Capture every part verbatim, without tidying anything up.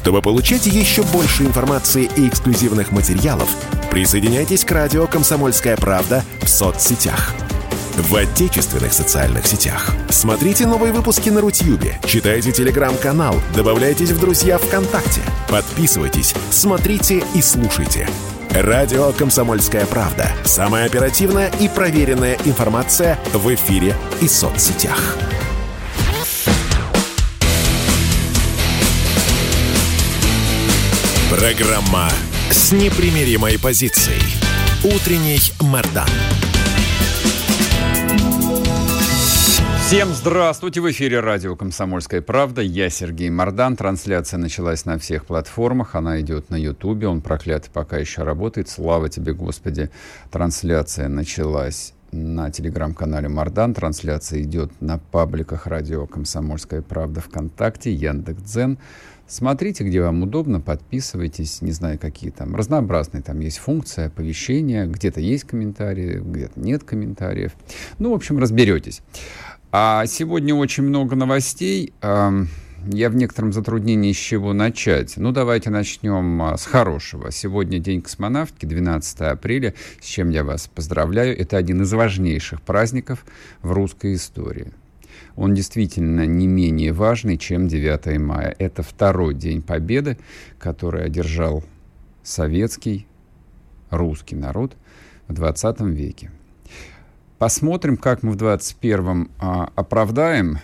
Чтобы получать еще больше информации и эксклюзивных материалов, присоединяйтесь к радио «Комсомольская правда» в соцсетях. В отечественных социальных сетях. Смотрите новые выпуски на Рутьюбе, читайте телеграм-канал, добавляйтесь в друзья ВКонтакте, подписывайтесь, смотрите и слушайте. Радио «Комсомольская правда». Самая оперативная и проверенная информация в эфире и соцсетях. Программа с непримиримой позицией. Утренний Мардан. Всем здравствуйте! В эфире радио «Комсомольская правда». Я Сергей Мардан. Трансляция началась на всех платформах. Она идет на Ютубе. Он проклятый пока еще работает. Слава тебе, Господи! Трансляция началась на телеграм-канале Мардан. Трансляция идет на пабликах радио «Комсомольская правда» ВКонтакте, Яндекс.Дзен. Смотрите, где вам удобно, подписывайтесь. Не знаю, какие там разнообразные. Там есть функции оповещения. Где-то есть комментарии, где-то нет комментариев. Ну, в общем, разберетесь. А сегодня очень много новостей. Я в некотором затруднении, с чего начать. Ну, давайте начнем с хорошего. Сегодня День космонавтики, двенадцатое апреля, с чем я вас поздравляю. Это один из важнейших праздников в русской истории. Он действительно не менее важный, чем девятое мая. Это второй День Победы, который одержал советский, русский народ в двадцатом веке. Посмотрим, как мы в двадцать первом а, оправдаем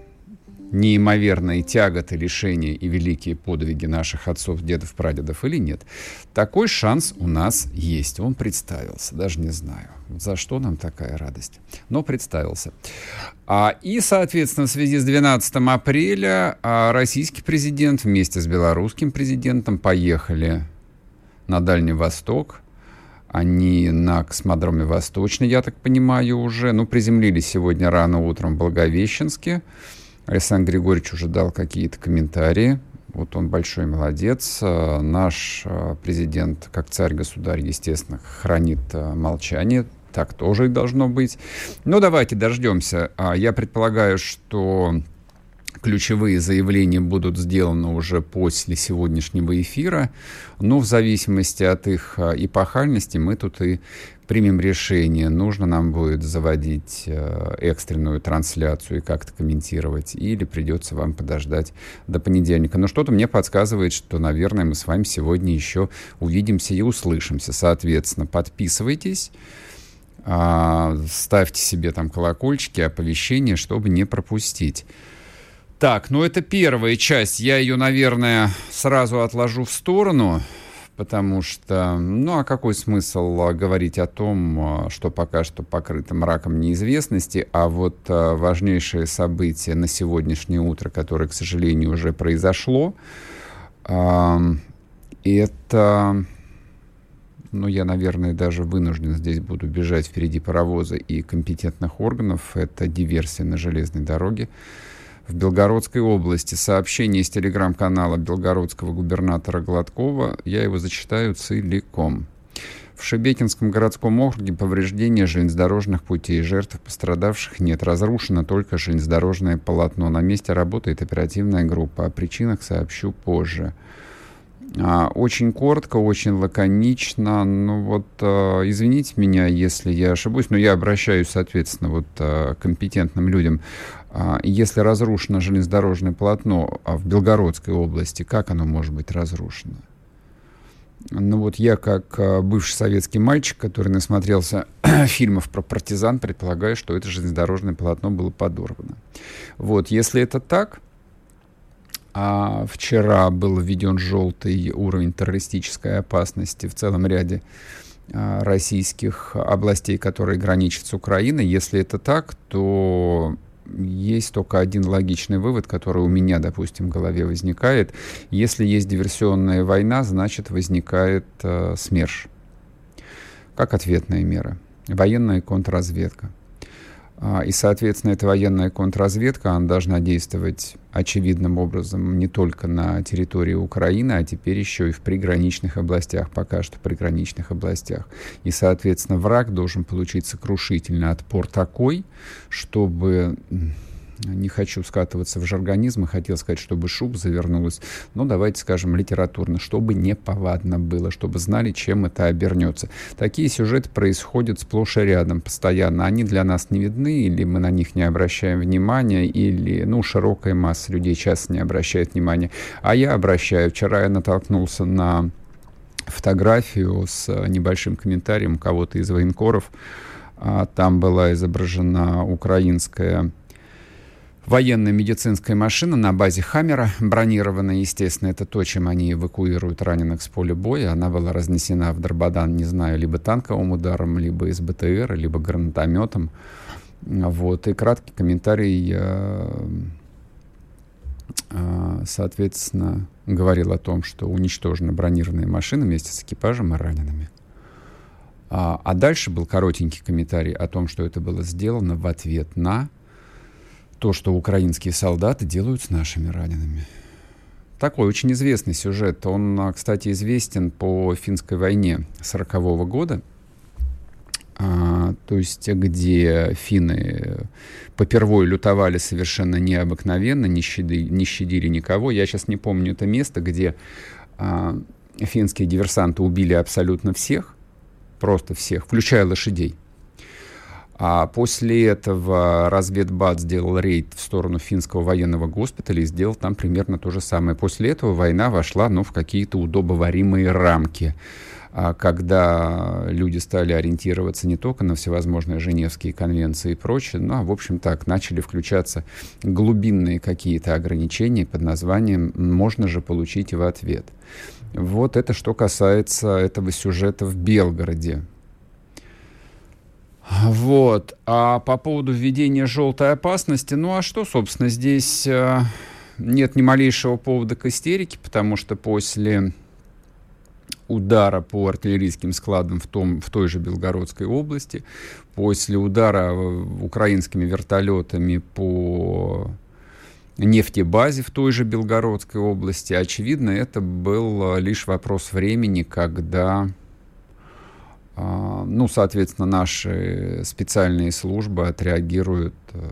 неимоверные тяготы, лишения и великие подвиги наших отцов, дедов, прадедов или нет. Такой шанс у нас есть. Он представился. Даже не знаю, за что нам такая радость. Но представился. А, и, соответственно, в связи с двенадцатым апреля а, российский президент вместе с белорусским президентом поехали на Дальний Восток. Они на космодроме Восточный, я так понимаю, уже. Ну, приземлились сегодня рано утром в Благовещенске. Александр Григорьевич уже дал какие-то комментарии. Вот он большой молодец. Наш президент, как царь-государь, естественно, хранит молчание. Так тоже и должно быть. Но давайте дождемся. Я предполагаю, что ключевые заявления будут сделаны уже после сегодняшнего эфира, но в зависимости от их эпохальности мы тут и примем решение, нужно нам будет заводить экстренную трансляцию и как-то комментировать, или придется вам подождать до понедельника. Но что-то мне подсказывает, что, наверное, мы с вами сегодня еще увидимся и услышимся. Соответственно, подписывайтесь, ставьте себе там колокольчики, оповещения, чтобы не пропустить. Так, ну это первая часть. Я ее, наверное, сразу отложу в сторону, потому что, ну а какой смысл говорить о том, что пока что покрыто мраком неизвестности, а вот важнейшее событие на сегодняшнее утро, которое, к сожалению, уже произошло, это, ну я, наверное, даже вынужден здесь буду бежать впереди паровоза и компетентных органов, это диверсия на железной дороге в Белгородской области. Сообщение из телеграм-канала белгородского губернатора Гладкова. Я его зачитаю целиком. В Шебекинском городском округе повреждения железнодорожных путей. Жертв пострадавших нет. Разрушено только железнодорожное полотно. На месте работает оперативная группа. О причинах сообщу позже. Очень коротко, очень лаконично. Ну вот, извините меня, если я ошибусь, но я обращаюсь, соответственно, вот к компетентным людям. Если разрушено железнодорожное полотно в Белгородской области, как оно может быть разрушено? Ну вот я, как бывший советский мальчик, который насмотрелся фильмов про партизан, предполагаю, что это железнодорожное полотно было подорвано. Вот, если это так, а вчера был введен желтый уровень террористической опасности в целом ряде а, российских областей, которые граничат с Украиной. Если это так, то есть только один логичный вывод, который у меня, допустим, в голове возникает. Если есть диверсионная война, значит, возникает э, СМЕРШ. Как ответная мера. Военная контрразведка. А, и, соответственно, эта военная контрразведка, она должна действовать очевидным образом не только на территории Украины, а теперь еще и в приграничных областях, пока что в приграничных областях. И, соответственно, враг должен получить сокрушительный отпор такой, чтобы не хочу скатываться в жаргонизм, и хотел сказать, чтобы шуб завернулась, но давайте скажем литературно, чтобы неповадно было, чтобы знали, чем это обернется. Такие сюжеты происходят сплошь и рядом, постоянно. Они для нас не видны, или мы на них не обращаем внимания, или, ну, широкая масса людей часто не обращает внимания. А я обращаю. Вчера я натолкнулся на фотографию с небольшим комментарием у кого-то из военкоров. Там была изображена украинская военная медицинская машина на базе «Хаммера», бронированная, естественно, это то, чем они эвакуируют раненых с поля боя. Она была разнесена в Дарбадан, не знаю, либо танковым ударом, либо из БТР, либо гранатометом. Вот. И краткий комментарий, соответственно, говорил о том, что уничтожена бронированная машина вместе с экипажем и ранеными. А, а дальше был коротенький комментарий о том, что это было сделано в ответ на то, что украинские солдаты делают с нашими ранеными. Такой очень известный сюжет. Он, кстати, известен по финской войне сорокового года, а, то есть где финны попервой лютовали совершенно необыкновенно, не щадили, не щадили никого. Я сейчас не помню это место, где а, финские диверсанты убили абсолютно всех, просто всех, включая лошадей. А после этого разведбат сделал рейд в сторону финского военного госпиталя и сделал там примерно то же самое. После этого война вошла, ну, в какие-то удобоваримые рамки, когда люди стали ориентироваться не только на всевозможные Женевские конвенции и прочее, но, в общем, так, начали включаться глубинные какие-то ограничения под названием «можно же получить в ответ». Вот это что касается этого сюжета в Белгороде. Вот. А по поводу введения желтой опасности, ну а что, собственно, здесь э, нет ни малейшего повода к истерике, потому что после удара по артиллерийским складам в, том, в той же Белгородской области, после удара украинскими вертолетами по нефтебазе в той же Белгородской области, очевидно, это был лишь вопрос времени, когда... Ну, соответственно, наши специальные службы отреагируют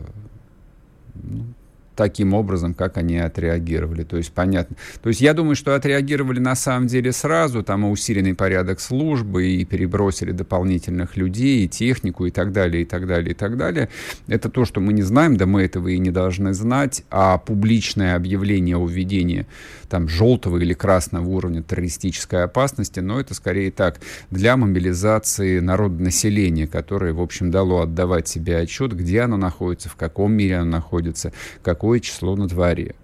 ну, таким образом, как они отреагировали. То есть, понятно. То есть, я думаю, что отреагировали на самом деле сразу, там и усиленный порядок службы, и перебросили дополнительных людей, и технику, и так далее, и так далее, и так далее. Это то, что мы не знаем, да мы этого и не должны знать, а публичное объявление о введении там желтого или красного уровня террористической опасности, но это скорее так, для мобилизации народонаселения, которое, в общем, дало отдавать себе отчет, где оно находится, в каком мире оно находится, какое число на дворе.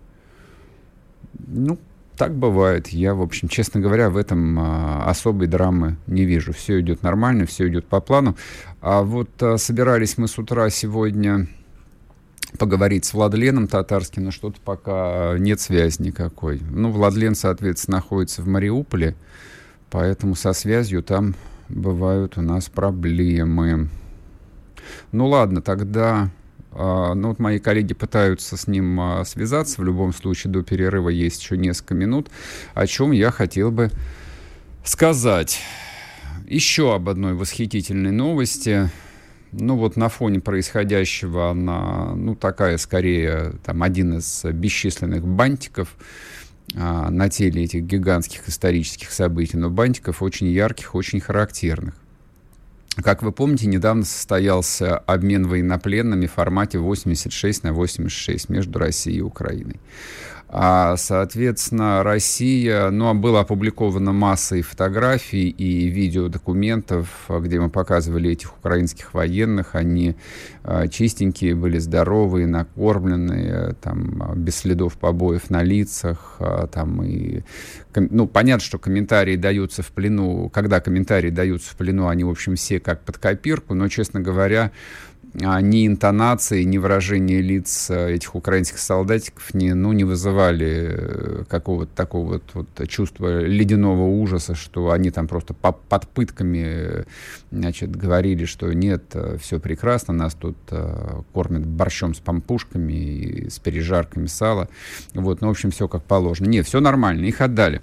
Ну, так бывает. Я, в общем, честно говоря, в этом а, особой драмы не вижу. Все идет нормально, все идет по плану. А вот а, собирались мы с утра сегодня поговорить с Владленом Татарским, но что-то пока нет связи никакой. Ну, Владлен, соответственно, находится в Мариуполе, поэтому со связью там бывают у нас проблемы. Ну, ладно, тогда... Uh, ну, вот мои коллеги пытаются с ним uh, связаться. В любом случае, до перерыва есть еще несколько минут, о чем я хотел бы сказать. Еще об одной восхитительной новости. Ну, вот на фоне происходящего, она, ну, такая, скорее, там, один из бесчисленных бантиков uh, на теле этих гигантских исторических событий, но бантиков очень ярких, очень характерных. Как вы помните, недавно состоялся обмен военнопленными в формате восемьдесят шесть на восемьдесят шесть между Россией и Украиной. А, соответственно, Россия, ну, была опубликована массой фотографий и видеодокументов, где мы показывали этих украинских военных. Они а, чистенькие, были здоровые, накормленные, там, без следов побоев на лицах. А, там, и, ну, понятно, что комментарии даются в плену. Когда комментарии даются в плену, они, в общем, все как под копирку, но, честно говоря, ни интонации, ни выражения лиц этих украинских солдатиков не, ну, не вызывали какого-то такого вот, вот чувства ледяного ужаса, что они там просто по, под пытками, значит, говорили, что нет, все прекрасно, нас тут uh, кормят борщом с пампушками и с пережарками сала. Вот, ну, в общем, все как положено. Нет, все нормально, их отдали.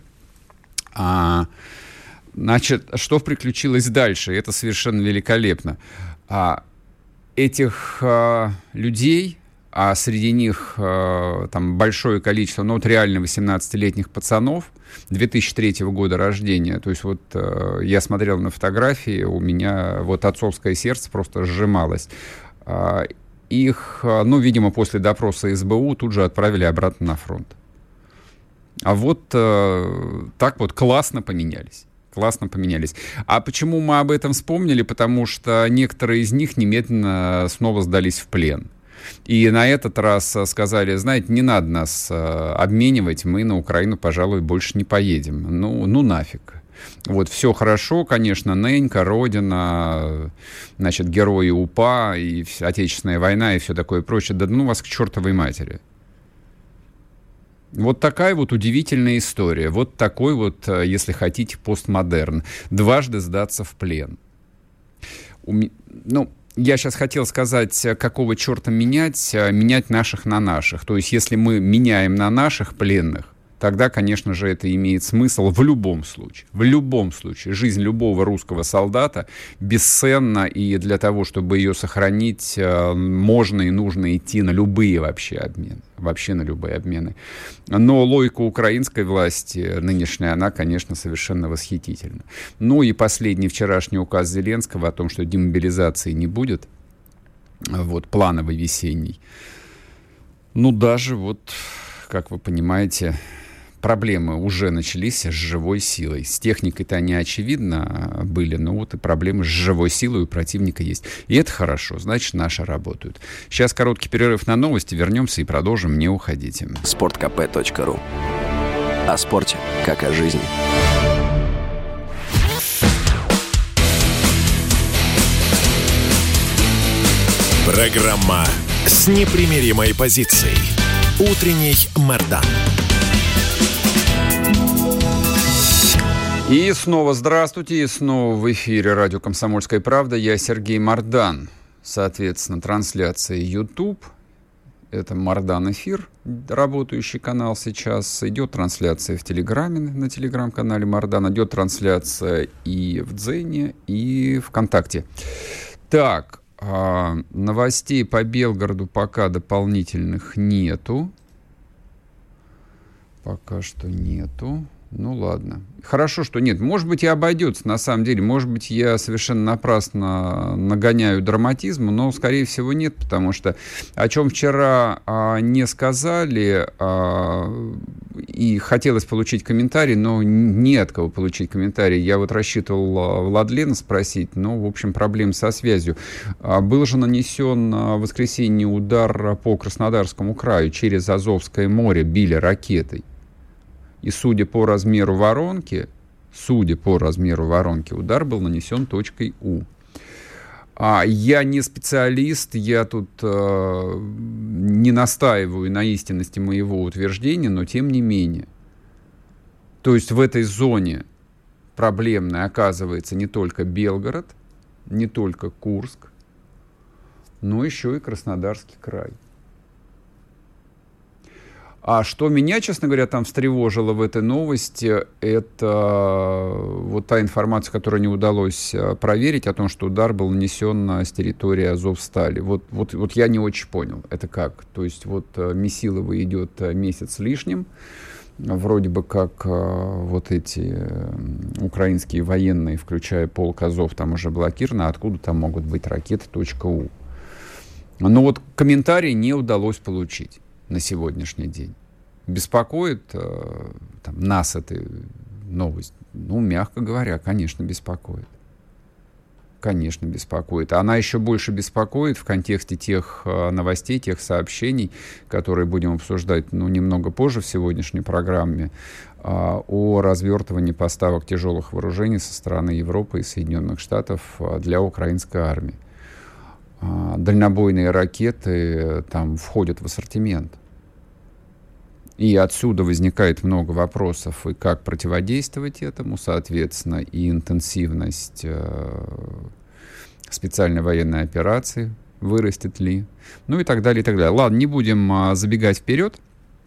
А, значит, что приключилось дальше? Это совершенно великолепно. А, Этих э, людей а среди них э, там большое количество, ну вот реально восемнадцатилетних пацанов две тысячи третьего года рождения. То есть вот э, я смотрел на фотографии, у меня вот отцовское сердце просто сжималось. Э, их, ну, видимо, после допроса эс бэ у тут же отправили обратно на фронт. А вот э, так вот классно поменялись. Классно поменялись. А почему мы об этом вспомнили? Потому что некоторые из них немедленно снова сдались в плен. И на этот раз сказали, знаете, не надо нас обменивать, мы на Украину, пожалуй, больше не поедем. Ну, ну нафиг. Вот, все хорошо, конечно, ненька, родина, значит, герои УПА, и Отечественная война, и все такое прочее. Да ну вас к чертовой матери. Вот такая вот удивительная история. Вот такой вот, если хотите, постмодерн. Дважды сдаться в плен. У меня, ну, я сейчас хотел сказать, какого черта менять, менять наших на наших. То есть, если мы меняем на наших пленных, тогда, конечно же, это имеет смысл в любом случае. В любом случае. Жизнь любого русского солдата бесценна, и для того, чтобы ее сохранить, можно и нужно идти на любые вообще обмены. Вообще на любые обмены. Но логика украинской власти нынешняя, она, конечно, совершенно восхитительна. Ну и последний вчерашний указ Зеленского о том, что демобилизации не будет, вот, плановой весенней. Ну, даже вот, как вы понимаете, проблемы уже начались с живой силой. С техникой-то они, очевидно, были, но вот и проблемы с живой силой у противника есть. И это хорошо, значит, наши работают. Сейчас короткий перерыв на новости, вернемся и продолжим, не уходите. спорт кей пи точка ру. О спорте, как о жизни. Программа с непримиримой позицией. Утренний Мардан. И снова здравствуйте, и снова в эфире радио «Комсомольская правда». Я Сергей Мардан. Соответственно, трансляция YouTube. Это Мардан Эфир, работающий канал сейчас. Идет трансляция в Телеграме, на Телеграм-канале Мардан. Идет трансляция и в Дзене, и ВКонтакте. Так, новостей по Белгороду пока дополнительных нету. Пока что нету. Ну ладно. Хорошо, что нет. Может быть, и обойдется, на самом деле. Может быть, я совершенно напрасно нагоняю драматизму, но, скорее всего, нет, потому что о чем вчера а, не сказали, а, и хотелось получить комментарий, но не от кого получить комментарий. Я вот рассчитывал Владлена спросить, но, в общем, проблем со связью. А, был же нанесен в воскресенье удар по Краснодарскому краю через Азовское море, били ракетой. И судя по размеру воронки, судя по размеру воронки, удар был нанесен точкой У. А я не специалист, я тут э, не настаиваю на истинности моего утверждения, но тем не менее. То есть в этой зоне проблемной оказывается не только Белгород, не только Курск, но еще и Краснодарский край. А что меня, честно говоря, там встревожило в этой новости, это вот та информация, которую не удалось проверить, о том, что удар был нанесен с территории Азовстали. Вот, вот, вот я не очень понял, это как. То есть вот Месилово идет месяц с лишним, вроде бы как вот эти украинские военные, включая полк Азов, там уже блокированы, откуда там могут быть ракеты .у. Но вот комментарий не удалось получить на сегодняшний день. Беспокоит э, там, нас эта новость? Ну, мягко говоря, конечно, беспокоит. Конечно, беспокоит. Она еще больше беспокоит в контексте тех э, новостей, тех сообщений, которые будем обсуждать, ну, немного позже в сегодняшней программе, э, о развертывании поставок тяжелых вооружений со стороны Европы и Соединенных Штатов э, для украинской армии. Э, дальнобойные ракеты там входят в ассортимент. И отсюда возникает много вопросов, и как противодействовать этому, соответственно, и интенсивность э, специальной военной операции вырастет ли, ну и так далее, и так далее. Ладно, не будем а, забегать вперед.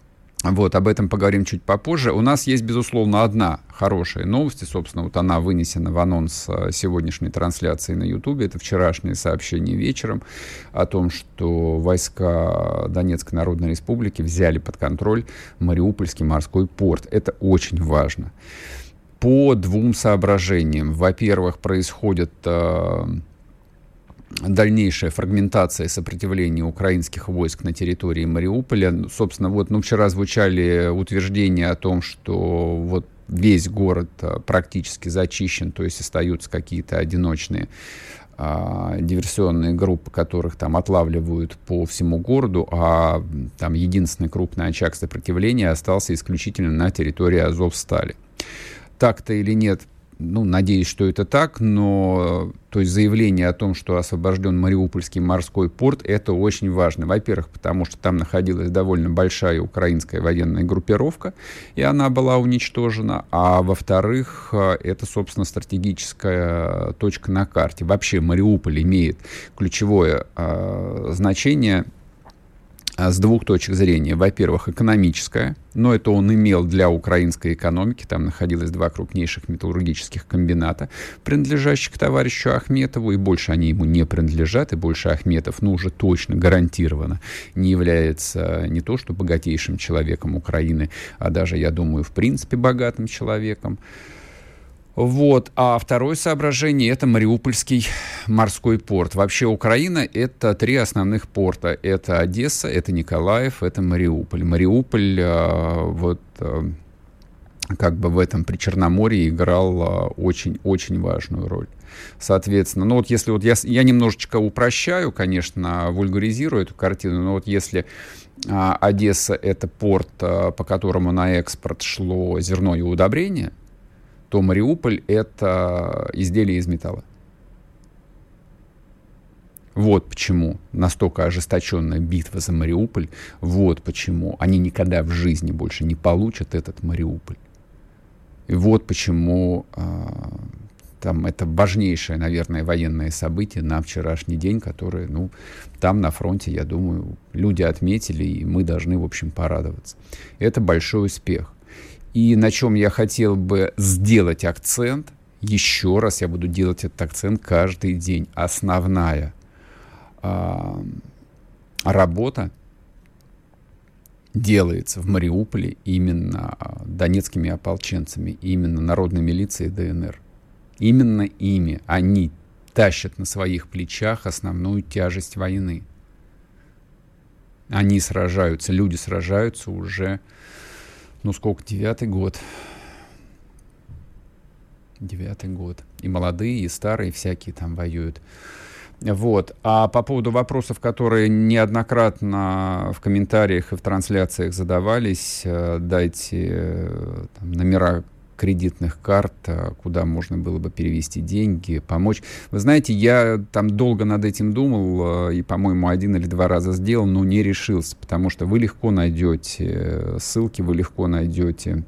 Вот, об этом поговорим чуть попозже. У нас есть, безусловно, одна хорошая новость, и, собственно, вот она вынесена в анонс сегодняшней трансляции на Ютубе. Это вчерашнее сообщение вечером о том, что войска Донецкой Народной Республики взяли под контроль Мариупольский морской порт. Это очень важно. По двум соображениям. Во-первых, происходит э, дальнейшая фрагментация сопротивления украинских войск на территории Мариуполя. Собственно, вот, ну, вчера звучали утверждения о том, что вот весь город а, практически зачищен, то есть остаются какие-то одиночные а, диверсионные группы, которых там отлавливают по всему городу, а там единственный крупный очаг сопротивления остался исключительно на территории Азовстали. Так-то или нет, ну, надеюсь, что это так, но то есть заявление о том, что освобожден Мариупольский морской порт, это очень важно. Во-первых, потому что там находилась довольно большая украинская военная группировка, и она была уничтожена. А во-вторых, это, собственно, стратегическая точка на карте. Вообще Мариуполь имеет ключевое э, значение с двух точек зрения. Во-первых, экономическое, но это он имел для украинской экономики. Там находилось два крупнейших металлургических комбината, принадлежащих товарищу Ахметову, и больше они ему не принадлежат, и больше Ахметов, ну, уже точно, гарантированно не является не то что богатейшим человеком Украины, а даже, я думаю, в принципе богатым человеком. Вот. А второе соображение — это Мариупольский морской порт. Вообще Украина — это три основных порта. Это Одесса, это Николаев, это Мариуполь. Мариуполь э, вот, э, как бы в этом Причерноморье играл очень-очень важную роль. Соответственно, ну вот если вот я, я немножечко упрощаю, конечно, вульгаризирую эту картину, но вот если э, Одесса — это порт, э, по которому на экспорт шло зерно и удобрения, то Мариуполь — это изделие из металла. Вот почему настолько ожесточенная битва за Мариуполь, вот почему они никогда в жизни больше не получат этот Мариуполь. И вот почему э, там это важнейшее, наверное, военное событие на вчерашний день, которое, ну, там на фронте, я думаю, люди отметили, и мы должны, в общем, порадоваться. Это большой успех. И на чем я хотел бы сделать акцент, еще раз я буду делать этот акцент каждый день. Основная э, работа делается в Мариуполе именно донецкими ополченцами, именно народной милицией ДНР. Именно ими они тащат на своих плечах основную тяжесть войны. Они сражаются, люди сражаются уже... Ну, сколько? Девятый год. Девятый год. И молодые, и старые всякие там воюют. Вот. А по поводу вопросов, которые неоднократно в комментариях и в трансляциях задавались, дайте там номера кредитных карт, куда можно было бы перевести деньги, помочь. Вы знаете, я там долго над этим думал и, по-моему, один или два раза сделал, но не решился, потому что вы легко найдете ссылки, вы легко найдете,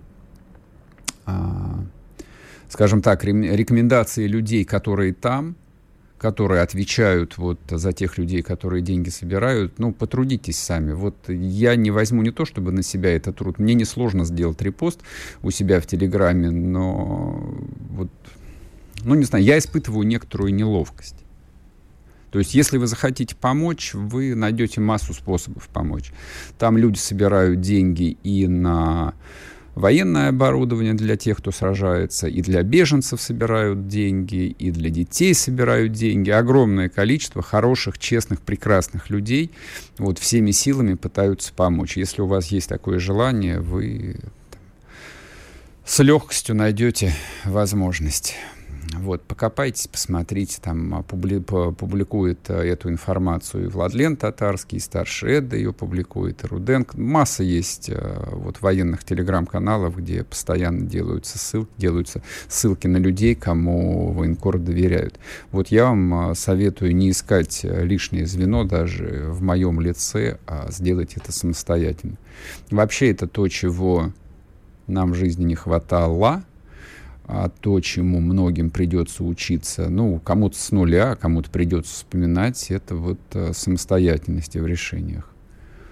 скажем так, рекомендации людей, которые там, которые отвечают вот за тех людей, которые деньги собирают. Ну, потрудитесь сами. Вот я не возьму не то, чтобы на себя этот труд. Мне несложно сделать репост у себя в Телеграме, но вот, ну, не знаю, я испытываю некоторую неловкость. То есть, если вы захотите помочь, вы найдете массу способов помочь. Там люди собирают деньги и на военное оборудование для тех, кто сражается, и для беженцев собирают деньги, и для детей собирают деньги. Огромное количество хороших, честных, прекрасных людей вот всеми силами пытаются помочь. Если у вас есть такое желание, вы там с легкостью найдете возможность. Вот, покопайтесь, посмотрите, там публи, публикует эту информацию и Владлен Татарский, и старший Эдда ее публикует, и Руденко. Масса есть вот военных телеграм-каналов, где постоянно делаются ссылки, делаются ссылки на людей, кому военкоры доверяют. Вот я вам советую не искать лишнее звено даже в моем лице, а сделать это самостоятельно. Вообще это то, чего нам в жизни не хватало, а то, чему многим придется учиться, ну, кому-то с нуля, кому-то придется вспоминать, это вот а, самостоятельность в решениях.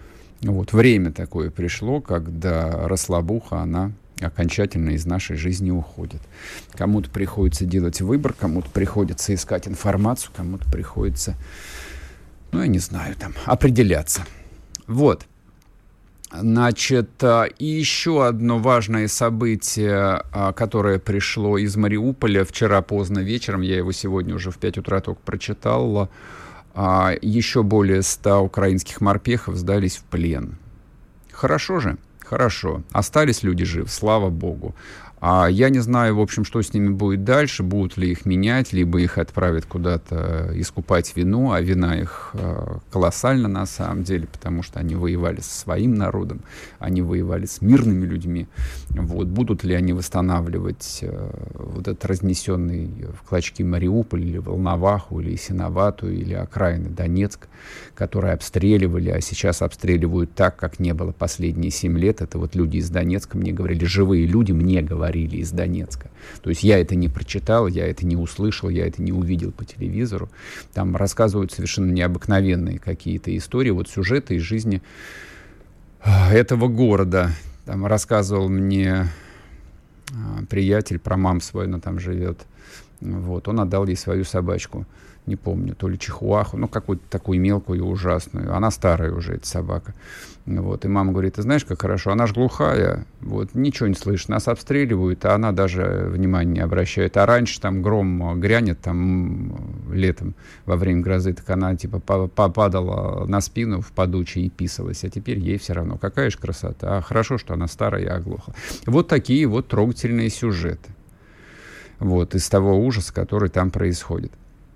Вот, время такое пришло, когда расслабуха, она окончательно из нашей жизни уходит. Кому-то приходится делать выбор, кому-то приходится искать информацию, кому-то приходится, ну, я не знаю, там, определяться. Вот. Значит, и еще одно важное событие, которое пришло из Мариуполя вчера поздно вечером, я его сегодня уже в пять утра только прочитал, еще более ста украинских морпехов сдались в плен. Хорошо же, хорошо. Остались люди живы, слава богу. А я не знаю, в общем, что с ними будет дальше, будут ли их менять, либо их отправят куда-то искупать вину, а вина их э, колоссальна на самом деле, потому что они воевали со своим народом, они воевали с мирными людьми. Вот. Будут ли они восстанавливать э, вот этот разнесенный в клочки Мариуполь, или Волноваху, или Ясиновату, или окраины Донецк, которые обстреливали, а сейчас обстреливают так, как не было последние семь лет. Это вот люди из Донецка мне говорили, живые люди мне говорили, из Донецка. То есть я это не прочитал, я это не услышал, я это не увидел по телевизору. Там рассказывают совершенно необыкновенные какие-то истории, вот сюжеты из жизни этого города. Там рассказывал мне приятель про маму свою, она там живет. Вот, он отдал ей свою собачку. Не помню, то ли чихуаху, ну, какую-то такую мелкую, ужасную. Она старая уже, эта собака. Вот, и мама говорит, ты знаешь, как хорошо, она ж глухая, вот, ничего не слышит, нас обстреливают, а она даже внимания не обращает. А раньше там гром грянет, там, летом, во время грозы, так она, типа, попадала на спину в подуче и писалась, а теперь ей все равно. Какая же красота, а хорошо, что она старая и оглохла. Вот такие вот трогательные сюжеты. Вот, из того ужаса, который там происходит.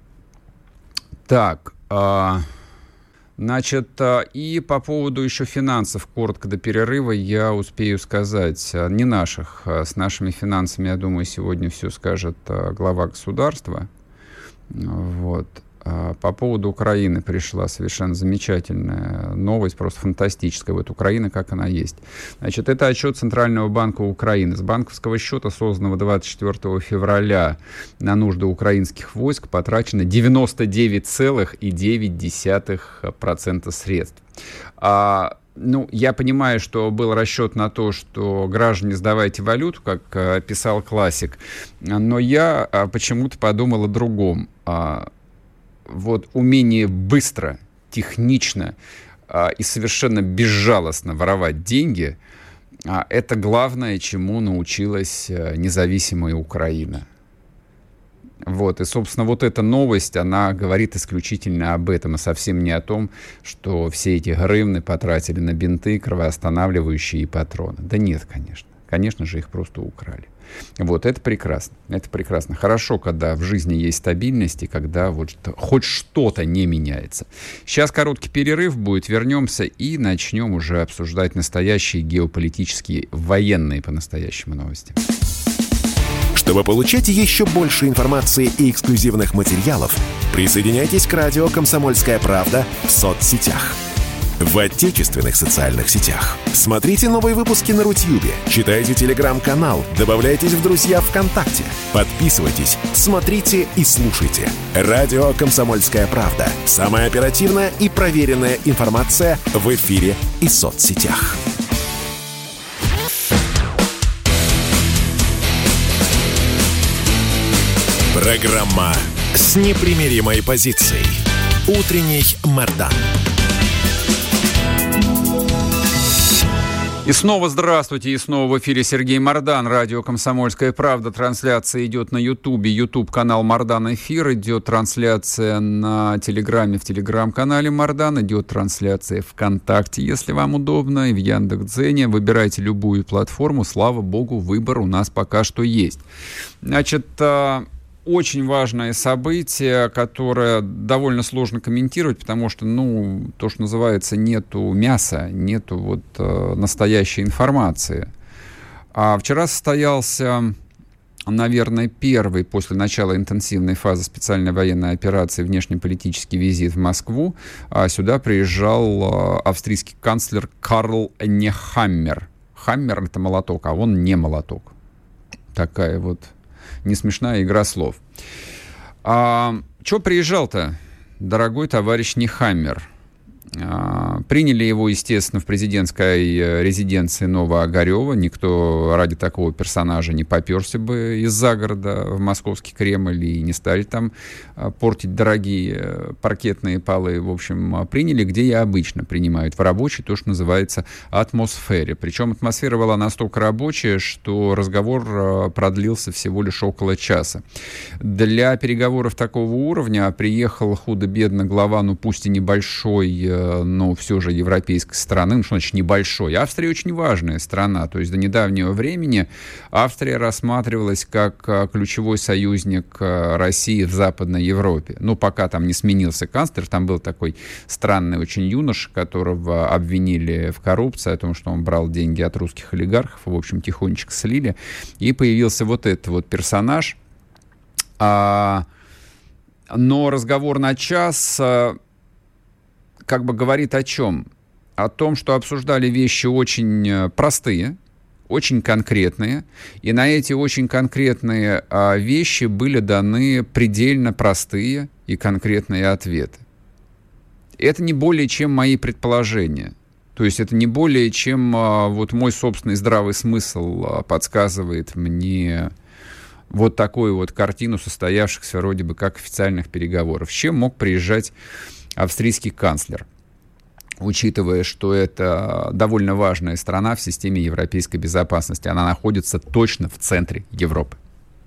Так, а, значит, а, и по поводу еще финансов, коротко до перерыва я успею сказать, а, не наших, а с нашими финансами, я думаю, сегодня все скажет а, глава государства. Вот. А, по поводу Украины пришла совершенно замечательная новость, просто фантастическая. Вот Украина, как она есть. Значит, это отчет Центрального банка Украины. С банковского счета, созданного двадцать четвёртого февраля на нужды украинских войск, потрачено девяносто девять целых девять десятых процента средств. А, ну, я понимаю, что был расчет на то, что граждане, сдавайте валюту, как а, писал классик, но я а, почему-то подумал о другом. А, вот умение быстро, технично а, и совершенно безжалостно воровать деньги, а, это главное, чему научилась а, независимая Украина. Вот, и, собственно, вот эта новость, она говорит исключительно об этом, а совсем не о том, что все эти гривны потратили на бинты, кровоостанавливающие и патроны. Да нет, конечно. Конечно же, их просто украли. Вот, это прекрасно, это прекрасно. Хорошо, когда в жизни есть стабильность и когда вот хоть что-то не меняется. Сейчас короткий перерыв будет, вернемся и начнем уже обсуждать настоящие геополитические, военные по-настоящему новости. Чтобы получать еще больше информации и эксклюзивных материалов, присоединяйтесь к радио «Комсомольская правда» в соцсетях. В отечественных социальных сетях. Смотрите новые выпуски на Рутьюбе, читайте телеграм-канал, добавляйтесь в друзья ВКонтакте, подписывайтесь, смотрите и слушайте. Радио «Комсомольская правда». Самая оперативная и проверенная информация в эфире и соцсетях. Программа с непримиримой позицией. Утренний Мардан. И снова здравствуйте, и снова в эфире Сергей Мардан, радио «Комсомольская правда». Трансляция идет на Ютубе, Ютуб-канал Мардан Эфир, идет трансляция на Телеграме, в Телеграм-канале Мардан, идет трансляция ВКонтакте, если вам удобно, и в Яндекс.Дзене. Выбирайте любую платформу, слава богу, выбор у нас пока что есть. Значит, очень важное событие, которое довольно сложно комментировать, потому что, ну, то, что называется, нету мяса, нету вот э, настоящей информации. А вчера состоялся, наверное, первый после начала интенсивной фазы специальной военной операции внешнеполитический визит в Москву. А сюда приезжал э, австрийский канцлер Карл Нехаммер. Хаммер — это молоток, а он не молоток. Такая вот не смешная игра слов. А, чё приезжал-то, дорогой товарищ Нехаммер? Приняли его, естественно, в президентской резиденции Новоогарева. Никто ради такого персонажа не попёрся бы из-за города в московский Кремль и не стали там портить дорогие паркетные полы. В общем, приняли, где и обычно принимают, в рабочей, то, что называется, атмосфере. Причем атмосфера была настолько рабочая, что разговор продлился всего лишь около часа. Для переговоров такого уровня приехал худо-бедно глава, ну пусть и небольшой, но все же европейской страны, ну, что значит небольшой. Австрия очень важная страна, то есть до недавнего времени Австрия рассматривалась как ключевой союзник России в Западной Европе. Ну, пока там не сменился канцлер, там был такой странный очень юноша, которого обвинили в коррупции, о том, что он брал деньги от русских олигархов, в общем, тихонечко слили, и появился вот этот вот персонаж. А, но разговор на час как бы говорит о чем? О том, что обсуждали вещи очень простые, очень конкретные, и на эти очень конкретные а, вещи были даны предельно простые и конкретные ответы. Это не более чем мои предположения. То есть это не более чем а, вот мой собственный здравый смысл а, подсказывает мне вот такую вот картину состоявшихся вроде бы как официальных переговоров. С чем мог приезжать австрийский канцлер, учитывая, что это довольно важная страна в системе европейской безопасности. Она находится точно в центре Европы.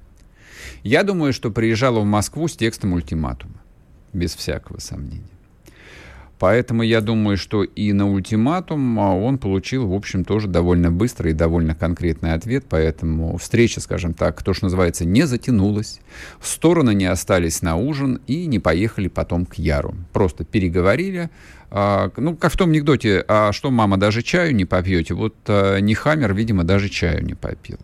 Я думаю, что приезжала в Москву с текстом ультиматума, без всякого сомнения. Поэтому я думаю, что и на ультиматум он получил, в общем, тоже довольно быстрый и довольно конкретный ответ. Поэтому встреча, скажем так, то, что называется, не затянулась. Стороны не остались на ужин и не поехали потом к Яру. Просто переговорили. А, ну, как в том анекдоте, а что, мама, даже чаю не попьете? Вот а, Нехаммер, видимо, даже чаю не попил.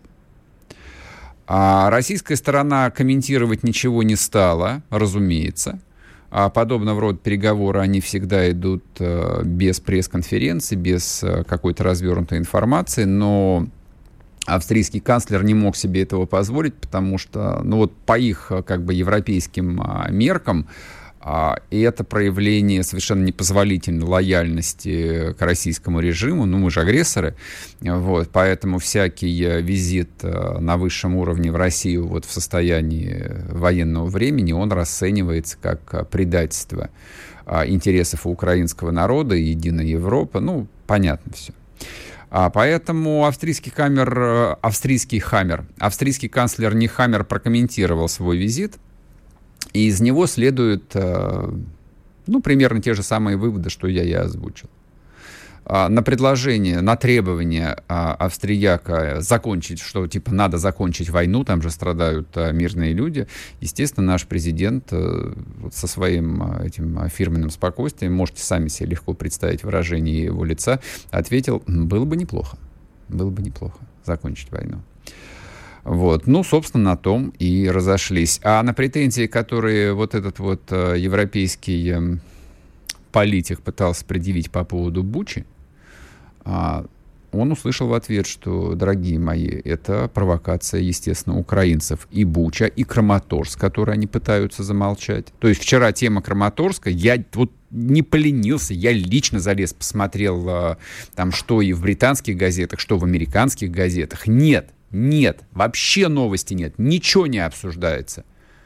А российская сторона комментировать ничего не стала, разумеется. А подобного рода переговоры, они всегда идут э, без пресс-конференции, без э, какой-то развернутой информации, но австрийский канцлер не мог себе этого позволить, потому что, ну вот по их как бы европейским а, меркам, а, это проявление совершенно непозволительной лояльности к российскому режиму, ну мы же агрессоры, вот, поэтому всякий визит на высшем уровне в Россию вот в состоянии военного времени, он расценивается как предательство а, интересов украинского народа и единой Европы, ну понятно все. А поэтому австрийский камер, австрийский хаммер, австрийский канцлер Нехаммер прокомментировал свой визит, и из него следуют, ну, примерно те же самые выводы, что я и озвучил. На предложение, на требование австрияка закончить, что типа надо закончить войну, там же страдают мирные люди, естественно, наш президент вот со своим этим фирменным спокойствием, можете сами себе легко представить выражение его лица, ответил: было бы неплохо, было бы неплохо закончить войну. Вот. Ну, собственно, на том и разошлись. А на претензии, которые вот этот вот э, европейский э, политик пытался предъявить по поводу Бучи, э, он услышал в ответ, что, дорогие мои, это провокация, естественно, украинцев. И Буча, и Краматорск, которые они пытаются замолчать. То есть вчера тема Краматорска, я вот не поленился, я лично залез, посмотрел э, там, что и в британских газетах, что в американских газетах. Нет. Нет, вообще новости нет, ничего не обсуждается.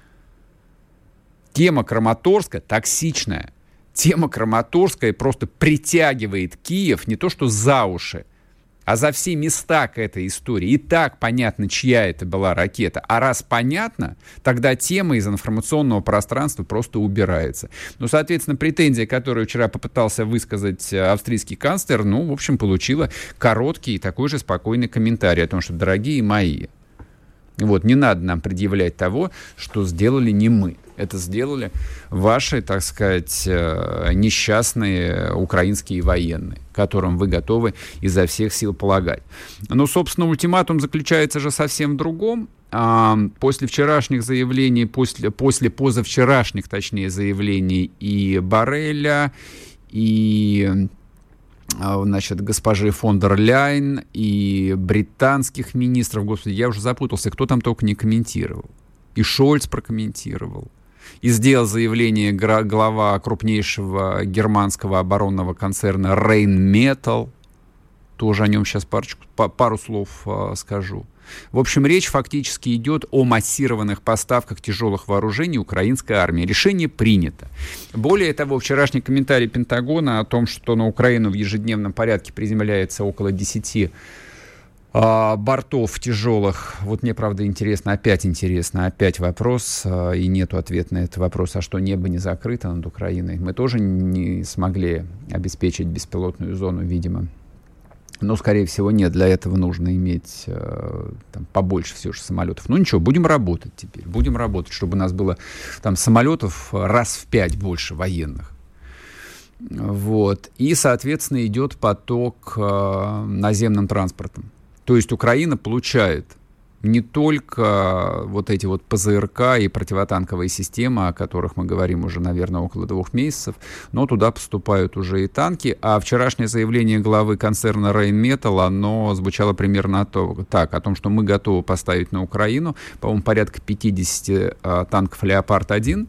Тема Краматорска токсичная. Тема Краматорска просто притягивает Киев не то что за уши, а за все места к этой истории. И так понятно, чья это была ракета. А раз понятно, тогда тема из информационного пространства просто убирается. Ну, соответственно, претензия, которую вчера попытался высказать австрийский канцлер, ну, в общем, получила короткий и такой же спокойный комментарий о том, что, дорогие мои, вот, не надо нам предъявлять того, что сделали не мы. Это сделали ваши, так сказать, несчастные украинские военные, которым вы готовы изо всех сил полагать. Но, собственно, ультиматум заключается же совсем в другом. После вчерашних заявлений, после, после позавчерашних, точнее, заявлений и Борреля, и, значит, госпожи фон дер Ляйен, и британских министров, господи, я уже запутался, кто там только не комментировал. И Шольц прокомментировал. И сделал заявление глава крупнейшего германского оборонного концерна Rheinmetall. Тоже о нем сейчас парочку, пару слов а, скажу. В общем, речь фактически идет о массированных поставках тяжелых вооружений украинской армии. Решение принято. Более того, вчерашний комментарий Пентагона о том, что на Украину в ежедневном порядке приземляется около десяти а, бортов тяжелых. Вот мне, правда, интересно, опять интересно, опять вопрос, а, и нету ответа на этот вопрос, а что небо не закрыто над Украиной. Мы тоже не смогли обеспечить беспилотную зону, видимо. Но, скорее всего, нет. Для этого нужно иметь э, там, побольше все же самолетов. Ну ничего, будем работать теперь. Будем работать, чтобы у нас было там самолетов раз в пять больше военных. Вот. И, соответственно, идет поток э, наземным транспортом. То есть Украина получает не только вот эти вот ПЗРК и противотанковые системы, о которых мы говорим уже, наверное, около двух месяцев, но туда поступают уже и танки. А вчерашнее заявление главы концерна Rheinmetall, оно звучало примерно так, о том, что мы готовы поставить на Украину, по-моему, порядка пятьдесят а, танков «Леопард один»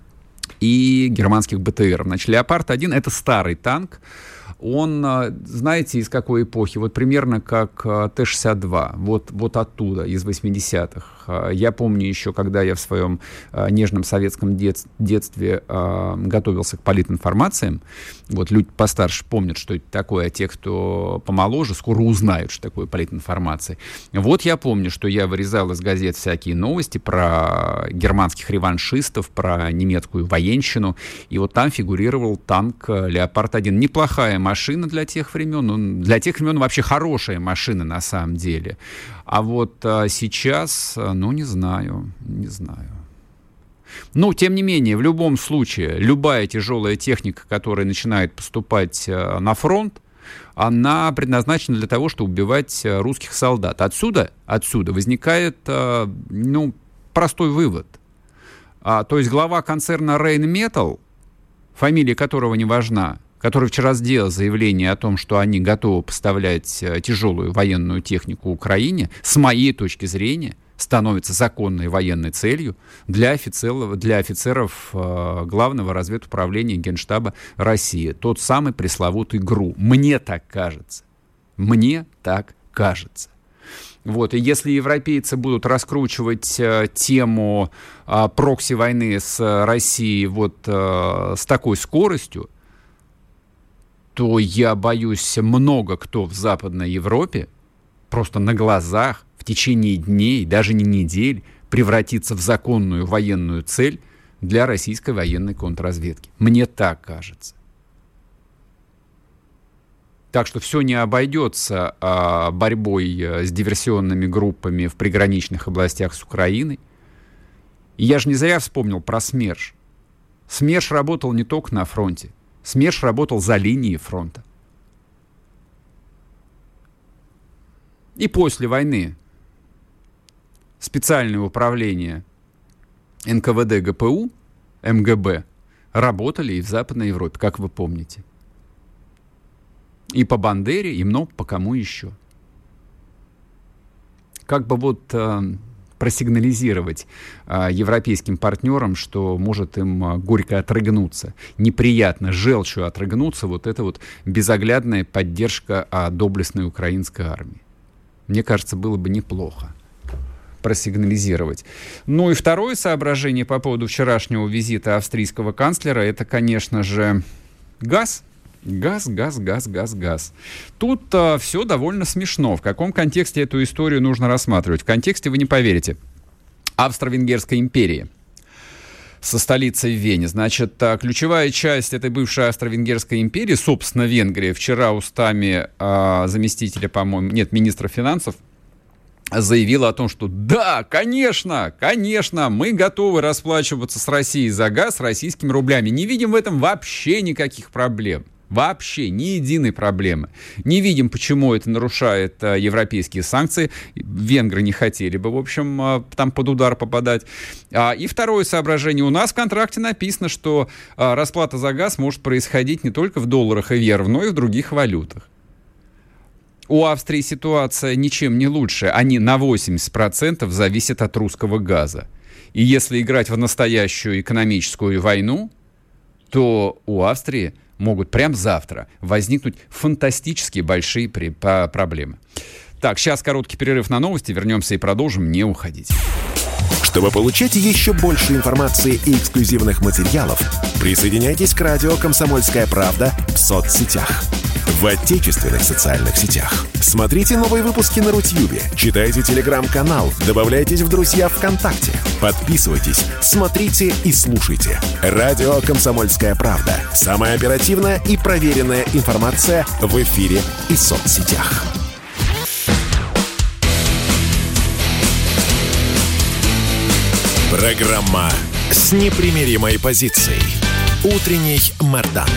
и германских БТР. Значит, «Леопард один» — это старый танк. Он, знаете, из какой эпохи? Вот примерно как Т шестьдесят два, вот, вот оттуда, из восьмидесятых. Я помню еще, когда я в своем нежном советском дет- детстве готовился к политинформациям, вот люди постарше помнят, что это такое, а те, кто помоложе, скоро узнают, что такое политинформация. Вот я помню, что я вырезал из газет всякие новости про германских реваншистов, про немецкую военщину, и вот там фигурировал танк «Леопард один». Неплохая машина для тех времен, ну, для тех времен вообще хорошая машина на самом деле. А вот а, сейчас, ну, не знаю, не знаю. Но, тем не менее, в любом случае, любая тяжелая техника, которая начинает поступать а, на фронт, она предназначена для того, чтобы убивать а, русских солдат. Отсюда, отсюда возникает, а, ну, простой вывод. А, то есть глава концерна Rheinmetall, фамилия которого не важна, который вчера сделал заявление о том, что они готовы поставлять тяжелую военную технику Украине, с моей точки зрения, становится законной военной целью для офицеров, для офицеров э, Главного разведуправления Генштаба России. Тот самый пресловутый ГРУ. Мне так кажется. Мне так кажется. Вот. И если европейцы будут раскручивать э, тему э, прокси-войны с Россией вот э, с такой скоростью, то я боюсь, много кто в Западной Европе просто на глазах в течение дней, даже не недель, превратится в законную военную цель для российской военной контрразведки. Мне так кажется. Так что все не обойдется а, борьбой с диверсионными группами в приграничных областях с Украиной. И я же не зря вспомнил про СМЕРШ. СМЕРШ работал не только на фронте. СМЕРШ работал за линией фронта. И после войны специальное управление эн ка вэ дэ гэ пэ у, эм гэ бэ работали и в Западной Европе, как вы помните. И по Бандере, и много по кому еще. Как бы вот э, просигнализировать э, европейским партнерам, что может им э, горько отрыгнуться, неприятно, желчью отрыгнуться вот эта вот безоглядная поддержка э, доблестной украинской армии. Мне кажется, было бы неплохо просигнализировать. Ну и второе соображение по поводу вчерашнего визита австрийского канцлера, это, конечно же, газ. Газ, газ, газ, газ, газ. Тут а, все довольно смешно. В каком контексте эту историю нужно рассматривать? В контексте, вы не поверите, Австро-Венгерской империи со столицей в Вене. Значит, а, ключевая часть этой бывшей Австро-Венгерской империи, собственно, Венгрия, вчера устами а, заместителя, по-моему, нет, министра финансов, заявила о том, что да, конечно, конечно, мы готовы расплачиваться с Россией за газ российскими рублями. Не видим в этом вообще никаких проблем. Вообще ни единой проблемы. Не видим, почему это нарушает а, европейские санкции. Венгры не хотели бы, в общем, а, там под удар попадать. А, и второе соображение. У нас в контракте написано, что а, расплата за газ может происходить не только в долларах и евро, но и в других валютах. У Австрии ситуация ничем не лучше. Они на восемьдесят процентов зависят от русского газа. И если играть в настоящую экономическую войну, то у Австрии могут прямо завтра возникнуть фантастически большие проблемы. Так, сейчас короткий перерыв на новости. Вернемся и продолжим. Не уходите. Чтобы получать еще больше информации и эксклюзивных материалов, присоединяйтесь к радио «Комсомольская правда» в соцсетях. В отечественных социальных сетях. Смотрите новые выпуски на Рутьюбе, читайте телеграм-канал, добавляйтесь в друзья ВКонтакте, подписывайтесь, смотрите и слушайте. Радио «Комсомольская правда». Самая оперативная и проверенная информация в эфире и соцсетях. Программа с непримиримой позицией. Утренний Мордан.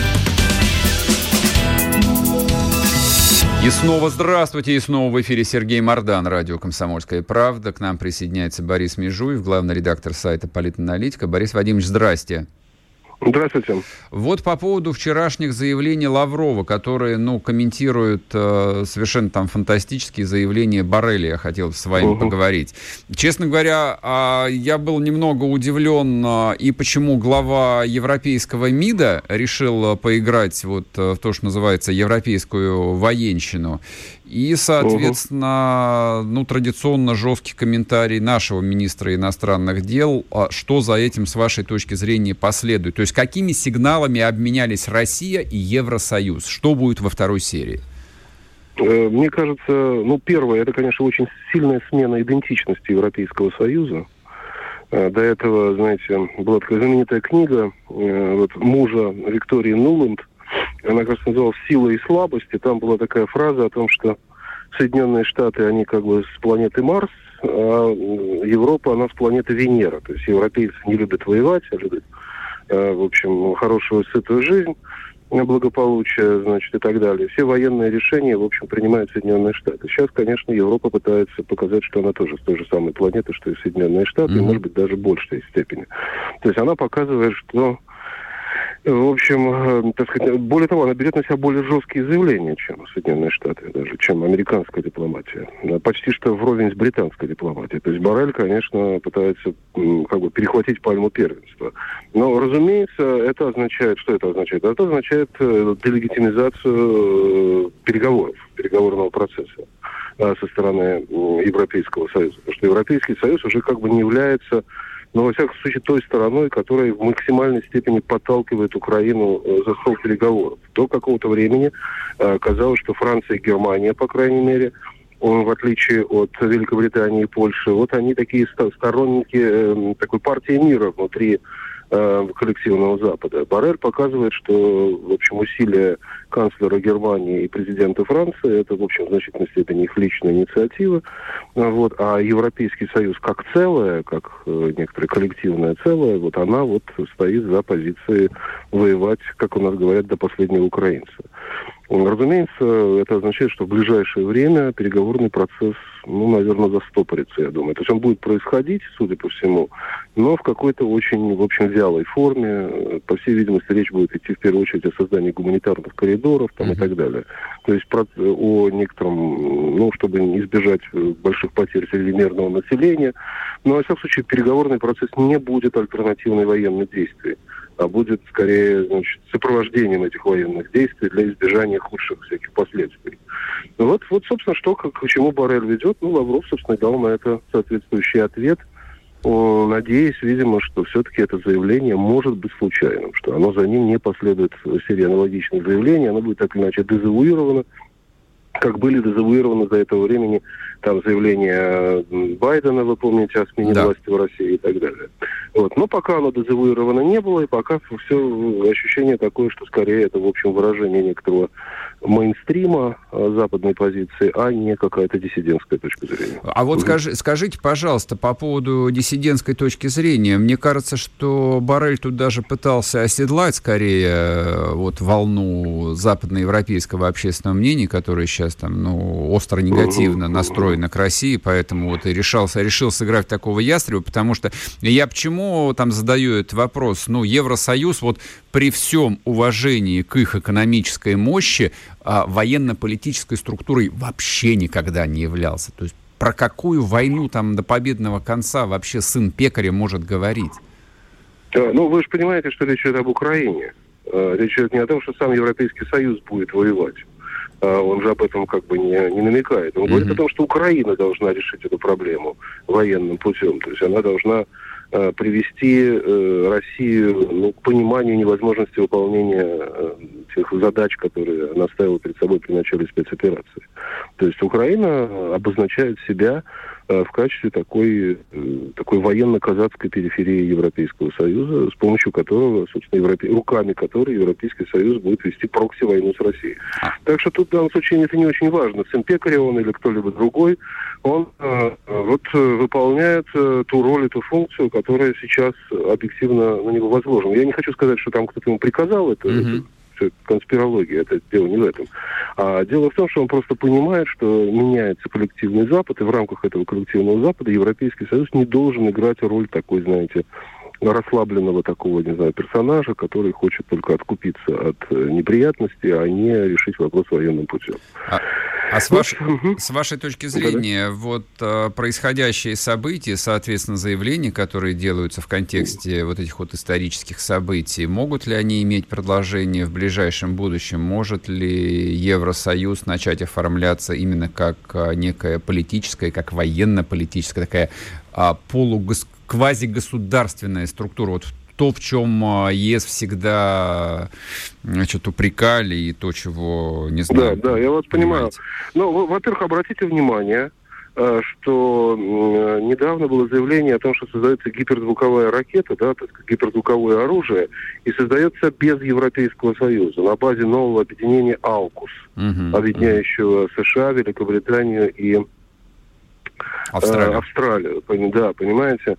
И снова здравствуйте, и снова в эфире Сергей Мордан, радио «Комсомольская правда». К нам присоединяется Борис Межуев, главный редактор сайта «Политаналитика». Борис Вадимович, здрасте. Здравствуйте. Вот по поводу вчерашних заявлений Лаврова, которые, ну, комментируют э, совершенно там фантастические заявления Борреля, я хотел с вами uh-huh. поговорить. Честно говоря, э, я был немного удивлен, э, и почему глава европейского МИДа решил поиграть вот э, в то, что называется европейскую военщину. И, соответственно, uh-huh. ну, традиционно жесткий комментарий нашего министра иностранных дел. Что за этим, с вашей точки зрения, последует? То есть какими сигналами обменялись Россия и Евросоюз? Что будет во второй серии? Мне кажется, ну, первое, это, конечно, очень сильная смена идентичности Европейского Союза. До этого, знаете, была такая знаменитая книга вот, мужа Виктории Нуланд. Она, кажется, называлась «Сила и слабость», и там была такая фраза о том, что Соединенные Штаты, они как бы с планеты Марс, а Европа, она с планеты Венера. То есть европейцы не любят воевать, а любят, в общем, хорошую, сытую жизнь, благополучие, значит, и так далее. Все военные решения, в общем, принимают Соединенные Штаты. Сейчас, конечно, Европа пытается показать, что она тоже с той же самой планеты, что и Соединенные Штаты, mm-hmm. и, может быть, даже в большей степени. То есть она показывает, что в общем, так сказать, более того, она берет на себя более жесткие заявления, чем Соединенные Штаты, даже, чем американская дипломатия. Почти что вровень с британской дипломатией. То есть Боррель, конечно, пытается как бы перехватить пальму первенства. Но, разумеется, это означает, что это означает? Это означает делегитимизацию переговоров, переговорного процесса со стороны Европейского Союза. Потому что Европейский Союз уже как бы не является, но, во всяком случае, той стороной, которая в максимальной степени подталкивает Украину за стол переговоров. До какого-то времени э, казалось, что Франция и Германия, по крайней мере, он, в отличие от Великобритании и Польши, вот они такие сторонники э, такой партии мира внутри э, коллективного Запада. Боррель показывает, что, в общем, усилия канцлера Германии и президента Франции, это, в общем, в значительной степени их личная инициатива. Вот. А Европейский Союз как целое, как э, некоторое коллективное целое, вот она вот стоит за позицией воевать, как у нас говорят, до последнего украинца. Разумеется, это означает, что в ближайшее время переговорный процесс, ну, наверное, застопорится, я думаю. То есть он будет происходить, судя по всему, но в какой-то очень, в общем, вялой форме. По всей видимости, речь будет идти в первую очередь о создании гуманитарных коридоров там, mm-hmm. и так далее. То есть про, о некотором, ну, чтобы избежать больших потерь среди мирного населения. Но, во всяком случае, переговорный процесс не будет альтернативной военных действий, а будет, скорее, значит, сопровождением этих военных действий для избежания худших всяких последствий. Вот, вот собственно, что, к, к чему Боррель ведет. Ну, Лавров, собственно, дал на это соответствующий ответ, надеясь, видимо, что все-таки это заявление может быть случайным, что оно за ним не последует серия аналогичных заявлений, оно будет так или иначе дезавуировано, как были дезавуированы до этого времени там заявления Байдена, вы помните, о смене да. власти в России и так далее. Вот. Но пока оно дезавуировано не было, и пока все ощущение такое, что скорее это, в общем, выражение некоторого мейнстрима западной позиции, а не какая-то диссидентская точка зрения. А вот скажи, скажите, пожалуйста, по поводу диссидентской точки зрения, мне кажется, что Боррель тут даже пытался оседлать скорее вот волну западноевропейского общественного мнения, которое сейчас там, ну, остро негативно uh-huh. настроено к России, поэтому вот и решался, решил сыграть такого ястреба, потому что я почему там задаю этот вопрос? Ну, Евросоюз вот при всем уважении к их экономической мощи а, военно-политической структурой вообще никогда не являлся. То есть про какую войну там до победного конца вообще сын пекаря может говорить? Да, ну, вы же понимаете, что речь идет об Украине. Речь идет не о том, что сам Европейский Союз будет воевать. Он же об этом как бы не, не намекает. Он mm-hmm. говорит о том, что Украина должна решить эту проблему военным путем. То есть она должна э, привести э, Россию ну, к пониманию невозможности выполнения э, тех задач, которые она ставила перед собой при начале спецоперации. То есть Украина обозначает себя э, в качестве такой, э, такой военно-казацкой периферии Европейского Союза, с помощью которого, собственно, Европе... руками которой Европейский Союз будет вести прокси-войну с Россией. Так что тут в данном случае это не очень важно. Сын пекаря он или кто-либо другой, он э, вот выполняет э, ту роль и ту функцию, которая сейчас объективно на него возложена. Я не хочу сказать, что там кто-то ему приказал это, mm-hmm. это все конспирология, это дело не в этом. А дело в том, что он просто понимает, что меняется коллективный Запад, и в рамках этого коллективного Запада Европейский Союз не должен играть роль такой, знаете, расслабленного такого, не знаю, персонажа, который хочет только откупиться от неприятностей, а не решить вопрос военным путем. А, а с, ваш, с вашей точки зрения, да, вот а, происходящие события, соответственно, заявления, которые делаются в контексте вот этих вот исторических событий, могут ли они иметь продолжение в ближайшем будущем? Может ли Евросоюз начать оформляться именно как а, некая политическая, как военно-политическая, такая а, полугос квазигосударственная структура, вот то, в чем ЕС всегда, значит, упрекали, и то, чего не знаю. Да, да, я вас понимаю. Ну, во-первых, обратите внимание, что недавно было заявление о том, что создается гиперзвуковая ракета, да, так сказать, гиперзвуковое оружие, и создается без Европейского Союза, на базе нового объединения аукус, угу, объединяющего угу. США, Великобританию и Австралию. Австралию, да, понимаете.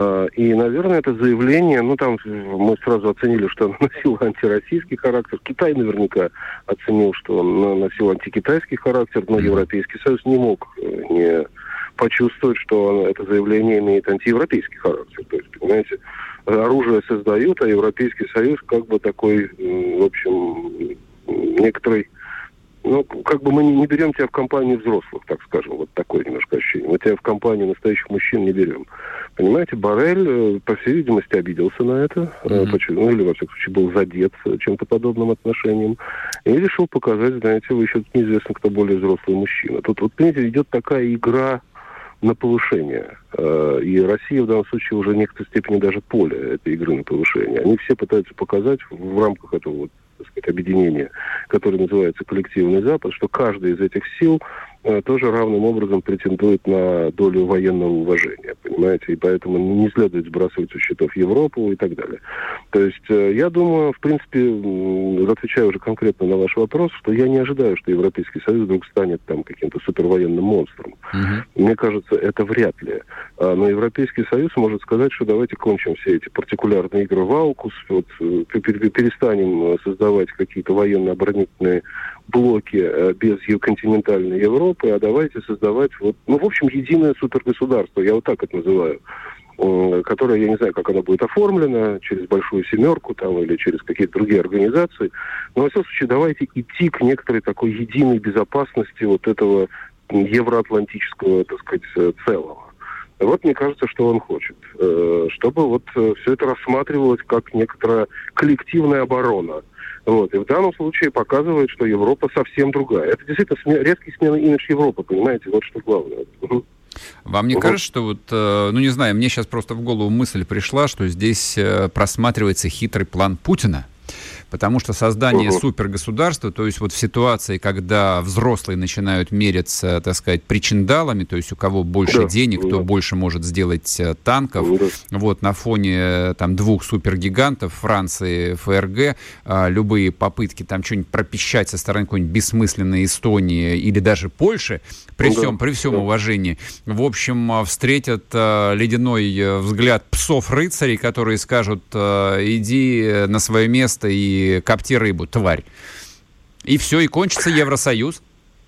И, наверное, это заявление, ну, там мы сразу оценили, что оно носило антироссийский характер. Китай наверняка оценил, что он носил антикитайский характер, но Европейский Союз не мог не почувствовать, что это заявление имеет антиевропейский характер. То есть, понимаете, оружие создают, а Европейский Союз как бы такой, в общем, некоторый... Ну, как бы мы не, не берем тебя в компанию взрослых, так скажем, вот такое немножко ощущение. Мы тебя в компанию настоящих мужчин не берем. Понимаете, Боррель, по всей видимости, обиделся на это, mm-hmm. почему, ну, или, во всяком случае, был задет чем-то подобным отношением, и решил показать, знаете, вы еще неизвестно, кто более взрослый мужчина. Тут, вот, понимаете, идет такая игра на повышение. И Россия в данном случае уже в некоторой степени даже поле этой игры на повышение. Они все пытаются показать в рамках этого вот, так сказать, объединения, которое называется коллективный Запад, что каждый из этих сил э, тоже равным образом претендует на долю военного уважения, понимаете, и поэтому не следует сбрасывать со счетов Европу и так далее. То есть э, я думаю, в принципе, э, отвечаю уже конкретно на ваш вопрос, что я не ожидаю, что Европейский Союз вдруг станет там каким-то супервоенным монстром. Uh-huh. Мне кажется, это вряд ли. А, но Европейский Союз может сказать, что давайте кончим все эти партикулярные игры в аукус, вот, э, перестанем создавать какие-то военно-оборонительные блоки э, без континентальной Европы, а давайте создавать, вот, ну, в общем, единое супергосударство, я вот так это называю, э, которое, я не знаю, как оно будет оформлено, через Большую Семерку там, или через какие-то другие организации, но, во всяком случае, давайте идти к некоторой такой единой безопасности вот этого евроатлантического, так сказать, целого. Вот мне кажется, что он хочет, чтобы вот все это рассматривалось как некоторая коллективная оборона. Вот. И в данном случае показывает, что Европа совсем другая. Это действительно сме- резкий сменный имидж Европы, понимаете, вот что главное. Вам не угу. кажется, что вот, ну не знаю, мне сейчас просто в голову мысль пришла, что здесь просматривается хитрый план Путина? Потому что создание uh-huh. супергосударства, то есть вот в ситуации, когда взрослые начинают мериться, так сказать, причиндалами, то есть у кого больше да, денег, да. кто больше может сделать танков, да. вот на фоне там двух супергигантов, Франции, ФРГ, а, любые попытки там что-нибудь пропищать со стороны какой-нибудь бессмысленной Эстонии или даже Польши, при да. всем, при всем да. уважении, в общем, встретят а, ледяной взгляд псов-рыцарей, которые скажут, а, иди на свое место и копти рыбу, тварь. И все, и кончится Евросоюз.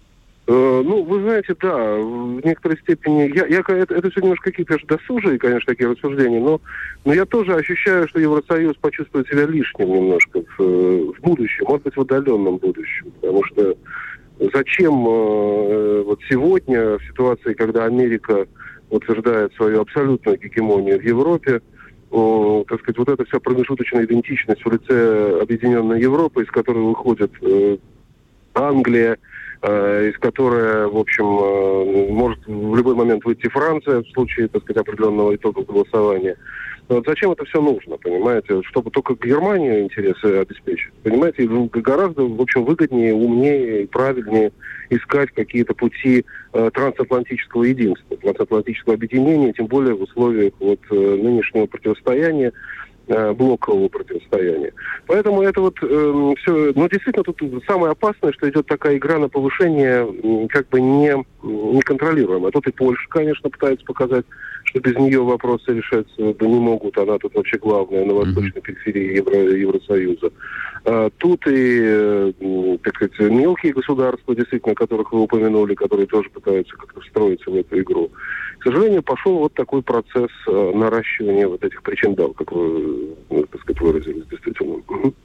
Ну, вы знаете, да, в некоторой степени, я, я, это, это все немножко какие-то досужие, конечно, такие рассуждения, но, но я тоже ощущаю, что Евросоюз почувствует себя лишним немножко в, в будущем, может быть, в отдаленном будущем, потому что зачем э, вот сегодня, в ситуации, когда Америка утверждает свою абсолютную гегемонию в Европе, э, так сказать, вот эта вся промежуточная идентичность в лице Объединенной Европы, из которой выходит э, Англия, из которой, в общем, может в любой момент выйти Франция в случае, так сказать, определенного итога голосования. Вот зачем это все нужно, понимаете? Чтобы только Германию интересы обеспечить. Понимаете, гораздо, в общем, выгоднее, умнее и правильнее искать какие-то пути э, трансатлантического единства, трансатлантического объединения, тем более в условиях вот э, нынешнего противостояния, блокового противостояния. Поэтому это вот э, все... Ну, действительно, тут самое опасное, что идет такая игра на повышение э, как бы не, неконтролируемая. Тут и Польша, конечно, пытается показать, что без нее вопросы решаться да не могут. Она тут вообще главная на восточной периферии Евро, Евросоюза. А, тут и, э, так сказать, мелкие государства, действительно, которых вы упомянули, которые тоже пытаются как-то встроиться в эту игру. К сожалению, пошел вот такой процесс э, наращивания вот этих причиндал, как вы, ну, так сказать, выразились, действительно.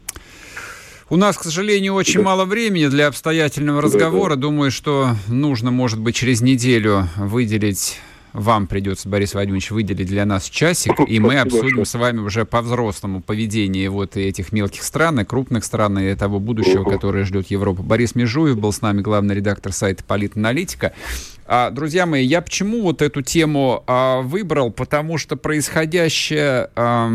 У нас, к сожалению, очень да. мало времени для обстоятельного разговора. Да, да. Думаю, что нужно, может быть, через неделю выделить... Вам придется, Борис Вадимович, выделить для нас часик, и мы обсудим с вами уже по-взрослому поведение вот этих мелких стран, и крупных стран, и того будущего, которое ждет Европа. Борис Межуев был с нами, главный редактор сайта «Политаналитика». А, друзья мои, я почему вот эту тему а, выбрал? Потому что происходящее... А,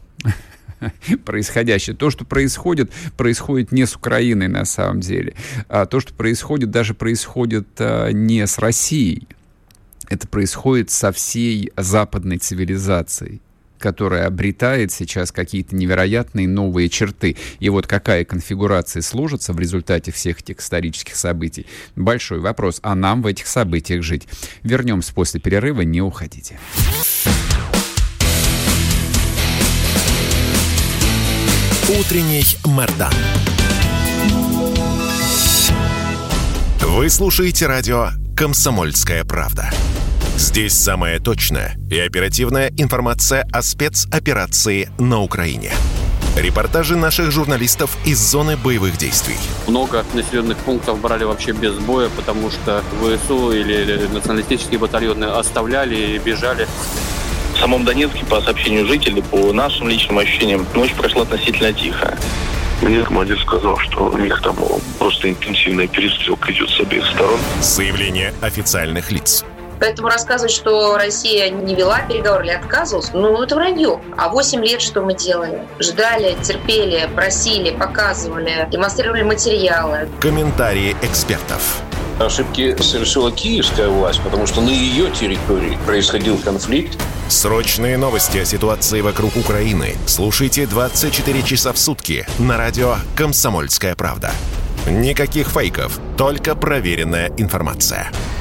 происходящее. То, что происходит, происходит не с Украиной на самом деле. А то, что происходит, даже происходит а, не с Россией. Это происходит со всей западной цивилизацией, которая обретает сейчас какие-то невероятные новые черты. И вот какая конфигурация сложится в результате всех этих исторических событий? Большой вопрос. А нам в этих событиях жить? Вернемся после перерыва. Не уходите. Утренний Мордан. Вы слушаете радио «Комсомольская правда». Здесь самая точная и оперативная информация о спецоперации на Украине. Репортажи наших журналистов из зоны боевых действий. Много населенных пунктов брали вообще без боя, потому что ВСУ или националистические батальоны оставляли и бежали. В самом Донецке, по сообщению жителей, по нашим личным ощущениям, ночь прошла относительно тихо. Мне командир сказал, что у них там просто интенсивная перестрелка идет с обеих сторон. Заявление официальных лиц. Поэтому рассказывать, что Россия не вела переговоры или отказывалась, ну, это вранье. А восемь лет что мы делали? Ждали, терпели, просили, показывали, демонстрировали материалы. Комментарии экспертов. Ошибки совершила киевская власть, потому что на ее территории происходил конфликт. Срочные новости о ситуации вокруг Украины слушайте двадцать четыре часа в сутки на радио «Комсомольская правда». Никаких фейков, только проверенная информация.